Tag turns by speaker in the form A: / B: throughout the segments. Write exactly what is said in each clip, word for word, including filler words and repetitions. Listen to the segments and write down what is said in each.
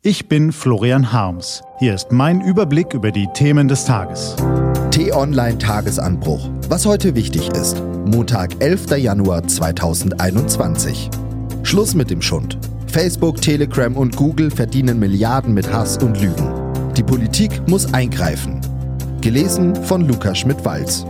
A: Ich bin Florian Harms. Hier ist mein Überblick über die Themen des Tages.
B: T-Online-Tagesanbruch. Was heute wichtig ist. Montag, elfter Januar zweitausendeinundzwanzig. Schluss mit dem Schund. Facebook, Telegram und Google verdienen Milliarden mit Hass und Lügen. Die Politik muss eingreifen. Gelesen von Luca Schmidt-Walz.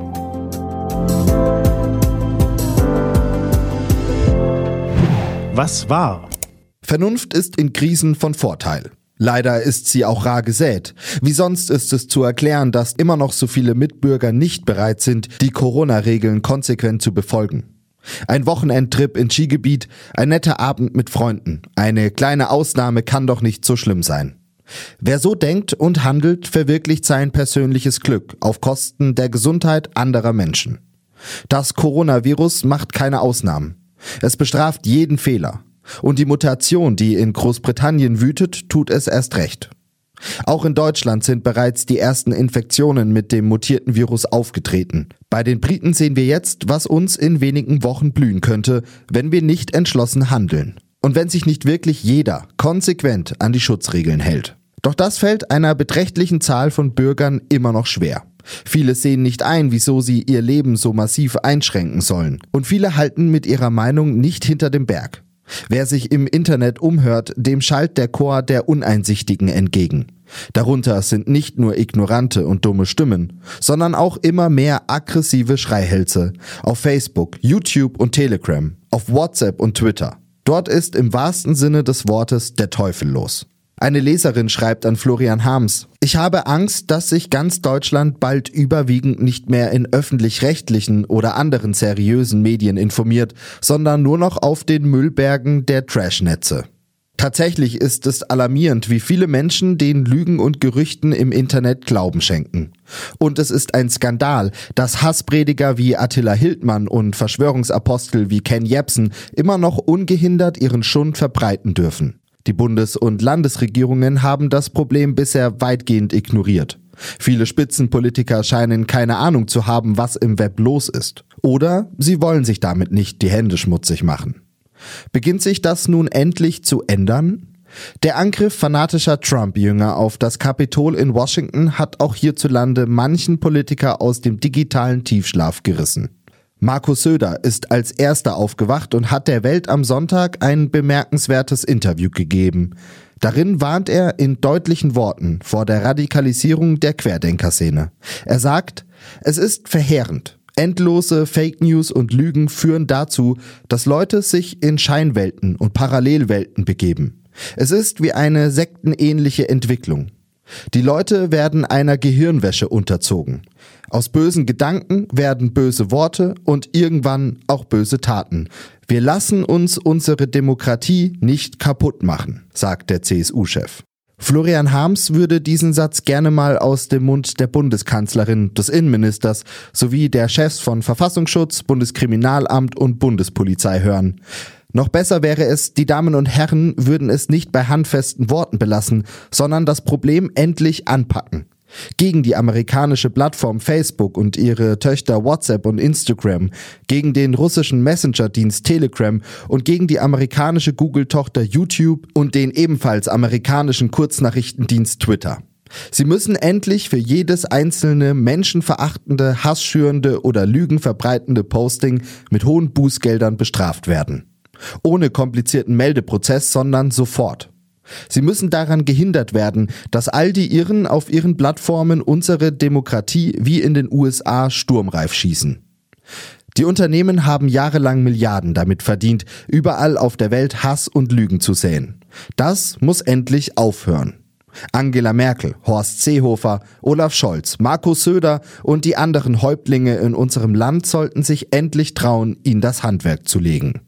A: Was war?
B: Vernunft ist in Krisen von Vorteil. Leider ist sie auch rar gesät. Wie sonst ist es zu erklären, dass immer noch so viele Mitbürger nicht bereit sind, die Corona-Regeln konsequent zu befolgen. Ein Wochenendtrip ins Skigebiet, ein netter Abend mit Freunden. Eine kleine Ausnahme kann doch nicht so schlimm sein. Wer so denkt und handelt, verwirklicht sein persönliches Glück auf Kosten der Gesundheit anderer Menschen. Das Coronavirus macht keine Ausnahmen. Es bestraft jeden Fehler. Und die Mutation, die in Großbritannien wütet, tut es erst recht. Auch in Deutschland sind bereits die ersten Infektionen mit dem mutierten Virus aufgetreten. Bei den Briten sehen wir jetzt, was uns in wenigen Wochen blühen könnte, wenn wir nicht entschlossen handeln. Und wenn sich nicht wirklich jeder konsequent an die Schutzregeln hält. Doch das fällt einer beträchtlichen Zahl von Bürgern immer noch schwer. Viele sehen nicht ein, wieso sie ihr Leben so massiv einschränken sollen. Und viele halten mit ihrer Meinung nicht hinter dem Berg. Wer sich im Internet umhört, dem schallt der Chor der Uneinsichtigen entgegen. Darunter sind nicht nur ignorante und dumme Stimmen, sondern auch immer mehr aggressive Schreihälse auf Facebook, YouTube und Telegram, auf WhatsApp und Twitter. Dort ist im wahrsten Sinne des Wortes der Teufel los. Eine Leserin schreibt an Florian Harms: Ich habe Angst, dass sich ganz Deutschland bald überwiegend nicht mehr in öffentlich-rechtlichen oder anderen seriösen Medien informiert, sondern nur noch auf den Müllbergen der Trashnetze. Tatsächlich ist es alarmierend, wie viele Menschen den Lügen und Gerüchten im Internet Glauben schenken. Und es ist ein Skandal, dass Hassprediger wie Attila Hildmann und Verschwörungsapostel wie Ken Jebsen immer noch ungehindert ihren Schund verbreiten dürfen. Die Bundes- und Landesregierungen haben das Problem bisher weitgehend ignoriert. Viele Spitzenpolitiker scheinen keine Ahnung zu haben, was im Web los ist. Oder sie wollen sich damit nicht die Hände schmutzig machen. Beginnt sich das nun endlich zu ändern? Der Angriff fanatischer Trump-Jünger auf das Kapitol in Washington hat auch hierzulande manchen Politiker aus dem digitalen Tiefschlaf gerissen. Markus Söder ist als erster aufgewacht und hat der Welt am Sonntag ein bemerkenswertes Interview gegeben. Darin warnt er in deutlichen Worten vor der Radikalisierung der Querdenkerszene. Er sagt, es ist verheerend. Endlose Fake News und Lügen führen dazu, dass Leute sich in Scheinwelten und Parallelwelten begeben. Es ist wie eine sektenähnliche Entwicklung. Die Leute werden einer Gehirnwäsche unterzogen. Aus bösen Gedanken werden böse Worte und irgendwann auch böse Taten. Wir lassen uns unsere Demokratie nicht kaputt machen, sagt der C S U-Chef. Florian Harms würde diesen Satz gerne mal aus dem Mund der Bundeskanzlerin, des Innenministers sowie der Chefs von Verfassungsschutz, Bundeskriminalamt und Bundespolizei hören. Noch besser wäre es, die Damen und Herren würden es nicht bei handfesten Worten belassen, sondern das Problem endlich anpacken. Gegen die amerikanische Plattform Facebook und ihre Töchter WhatsApp und Instagram, gegen den russischen Messenger-Dienst Telegram und gegen die amerikanische Google-Tochter YouTube und den ebenfalls amerikanischen Kurznachrichtendienst Twitter. Sie müssen endlich für jedes einzelne menschenverachtende, hassschürende oder lügenverbreitende Posting mit hohen Bußgeldern bestraft werden. Ohne komplizierten Meldeprozess, sondern sofort. Sie müssen daran gehindert werden, dass all die Irren auf ihren Plattformen unsere Demokratie wie in den U S A sturmreif schießen. Die Unternehmen haben jahrelang Milliarden damit verdient, überall auf der Welt Hass und Lügen zu säen. Das muss endlich aufhören. Angela Merkel, Horst Seehofer, Olaf Scholz, Markus Söder und die anderen Häuptlinge in unserem Land sollten sich endlich trauen, ihnen das Handwerk zu legen.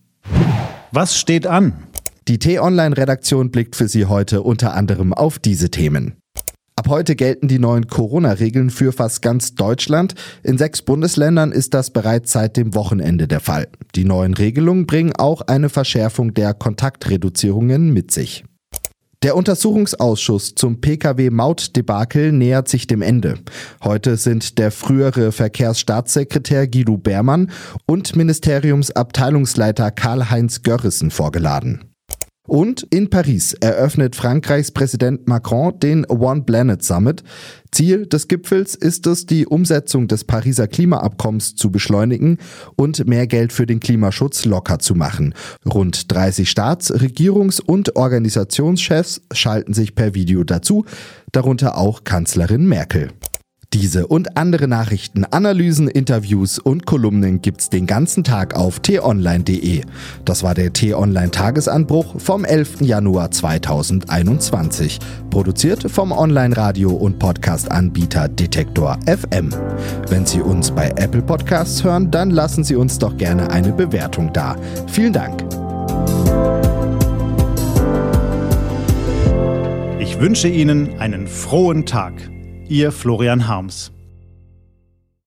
A: Was steht an?
B: Die T-Online-Redaktion blickt für Sie heute unter anderem auf diese Themen. Ab heute gelten die neuen Corona-Regeln für fast ganz Deutschland. In sechs Bundesländern ist das bereits seit dem Wochenende der Fall. Die neuen Regelungen bringen auch eine Verschärfung der Kontaktreduzierungen mit sich. Der Untersuchungsausschuss zum P K W-Maut-Debakel nähert sich dem Ende. Heute sind der frühere Verkehrsstaatssekretär Guido Beermann und Ministeriumsabteilungsleiter Karl-Heinz Görrissen vorgeladen. Und in Paris eröffnet Frankreichs Präsident Macron den One Planet Summit. Ziel des Gipfels ist es, die Umsetzung des Pariser Klimaabkommens zu beschleunigen und mehr Geld für den Klimaschutz locker zu machen. Rund dreißig Staats-, Regierungs- und Organisationschefs schalten sich per Video dazu, darunter auch Kanzlerin Merkel. Diese und andere Nachrichten, Analysen, Interviews und Kolumnen gibt's den ganzen Tag auf t online punkt de. Das war der T-Online-Tagesanbruch vom elften Januar zweitausendeinundzwanzig. Produziert vom Online-Radio- und Podcast-Anbieter Detektor F M. Wenn Sie uns bei Apple Podcasts hören, dann lassen Sie uns doch gerne eine Bewertung da. Vielen Dank.
A: Ich wünsche Ihnen einen frohen Tag. Ihr Florian Harms.